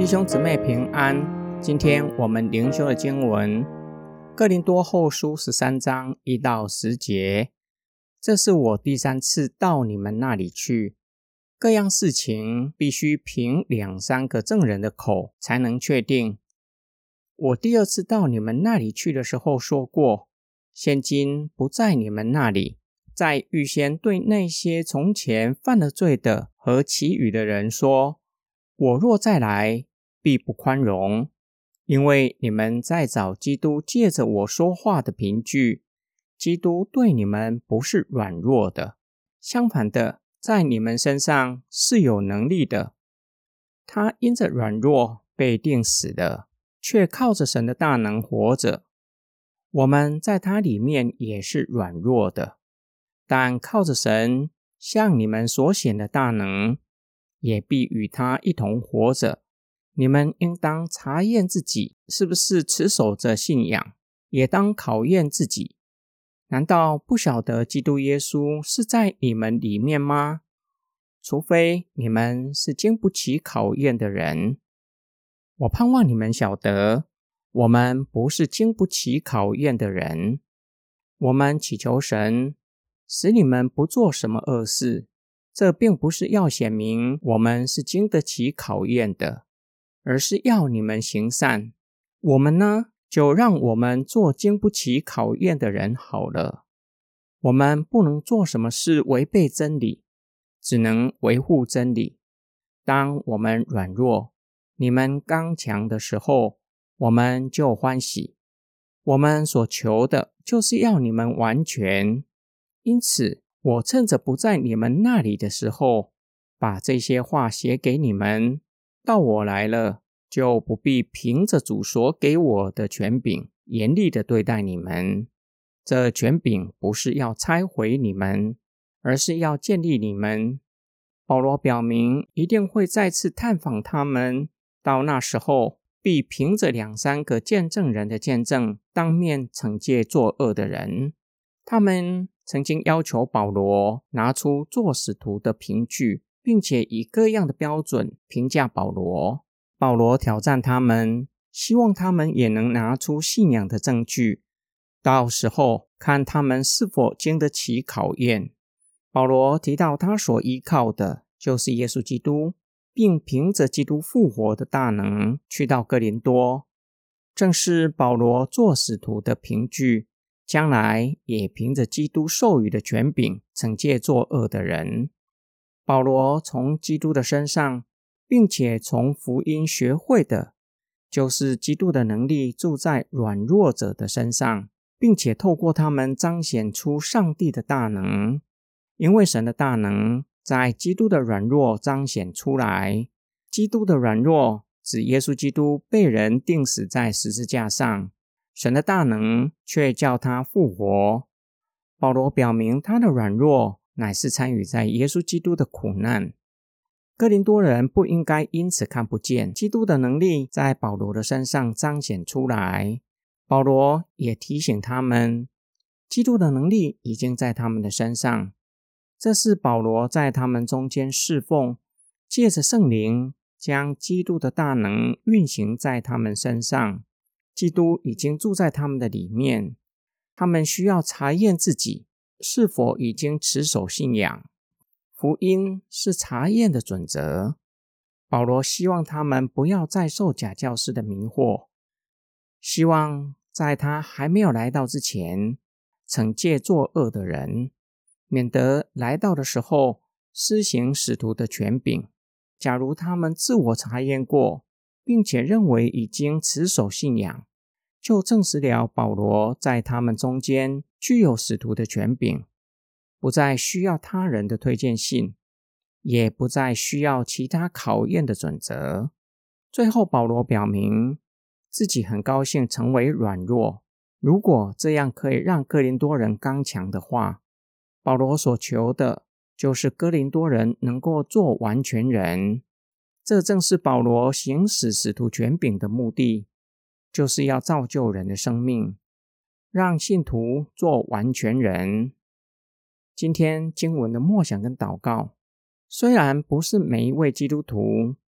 弟兄姊妹平安，今天我们灵修的经文哥林多后书13章1到10节。这是我第3次到你们那里去，各样事情必须凭2、3个证人的口才能确定。我第2次到你们那里去的时候说过，现今不在你们那里，在预先对那些从前犯了罪的和其余的人说，我若再来，必不宽容，因为你们在找基督借着我说话的凭据，基督对你们不是软弱的，相反的，在你们身上是有能力的。他因着软弱被钉死了，却靠着神的大能活着。我们在他里面也是软弱的，但靠着神向你们所显的大能，也必与他一同活着。你们应当查验自己是不是持守着信仰，也当考验自己。难道不晓得基督耶稣是在你们里面吗？除非你们是经不起考验的人。我盼望你们晓得，我们不是经不起考验的人。我们祈求神使你们不做什么恶事，这并不是要显明我们是经得起考验的，而是要你们行善。我们呢，就让我们做经不起考验的人好了。我们不能做什么事违背真理，只能维护真理。当我们软弱，你们刚强的时候，我们就欢喜。我们所求的就是要你们完全。因此，我趁着不在你们那里的时候，把这些话写给你们。到我来了，就不必凭着主所给我的权柄，严厉的对待你们。这权柄不是要拆毁你们，而是要建立你们。保罗表明一定会再次探访他们，到那时候必凭着2、3个见证人的见证，当面惩戒作恶的人。他们曾经要求保罗拿出做使徒的凭据，并且以各样的标准评价保罗。保罗挑战他们，希望他们也能拿出信仰的证据，到时候看他们是否经得起考验。保罗提到他所依靠的就是耶稣基督，并凭着基督复活的大能去到哥林多，正是保罗做使徒的凭据，将来也凭着基督授予的权柄惩戒作恶的人。保罗从基督的身上，并且从福音学会的，就是基督的能力住在软弱者的身上，并且透过他们彰显出上帝的大能。因为神的大能在基督的软弱彰显出来，基督的软弱指耶稣基督被人钉死在十字架上，神的大能却叫他复活。保罗表明他的软弱乃是参与在耶稣基督的苦难。哥林多人不应该因此看不见基督的能力在保罗的身上彰显出来。保罗也提醒他们，基督的能力已经在他们的身上。这是保罗在他们中间侍奉，借着圣灵将基督的大能运行在他们身上。基督已经住在他们的里面，他们需要查验自己是否已经持守信仰。福音是查验的准则。保罗希望他们不要再受假教师的迷惑，希望在他还没有来到之前，惩戒作恶的人，免得来到的时候施行使徒的权柄。假如他们自我查验过，并且认为已经持守信仰，就证实了保罗在他们中间具有使徒的权柄，不再需要他人的推荐信，也不再需要其他考验的准则。最后保罗表明自己很高兴成为软弱，如果这样可以让哥林多人刚强的话，保罗所求的就是哥林多人能够做完全人。这正是保罗行使使徒权柄的目的，就是要造就人的生命，让信徒做完全人。今天经文的默想跟祷告，虽然不是每一位基督徒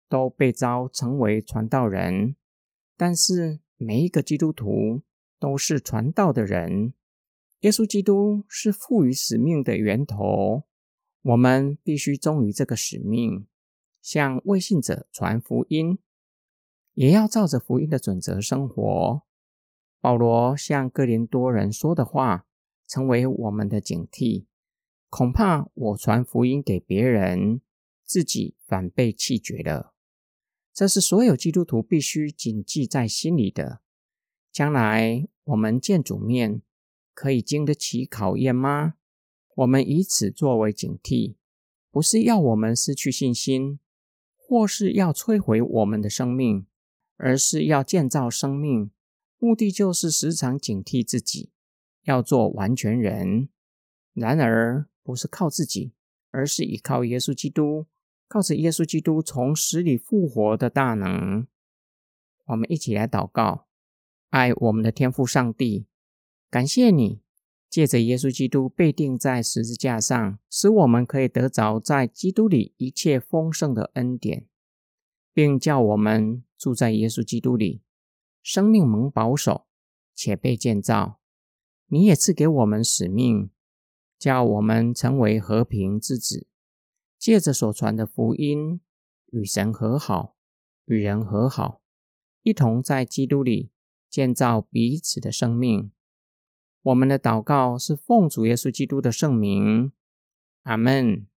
都被召成为传道人，但是每一个基督徒都是传道的人。耶稣基督是赋予使命的源头，我们必须忠于这个使命，向未信者传福音，也要照着福音的准则生活。保罗向哥林多人说的话，成为我们的警惕。恐怕我传福音给别人，自己反被弃绝了。这是所有基督徒必须谨记在心里的。将来我们见主面，可以经得起考验吗？我们以此作为警惕，不是要我们失去信心，或是要摧毁我们的生命，而是要建造生命，目的就是时常警惕自己，要做完全人。然而不是靠自己，而是依靠耶稣基督，靠着耶稣基督从死里复活的大能。我们一起来祷告。爱我们的天父上帝，感谢你借着耶稣基督被钉在十字架上，使我们可以得着在基督里一切丰盛的恩典，并叫我们住在耶稣基督里，生命蒙保守且被建造。你也赐给我们使命，叫我们成为和平之子，借着所传的福音与神和好，与人和好，一同在基督里建造彼此的生命。我们的祷告是奉主耶稣基督的圣名，阿们。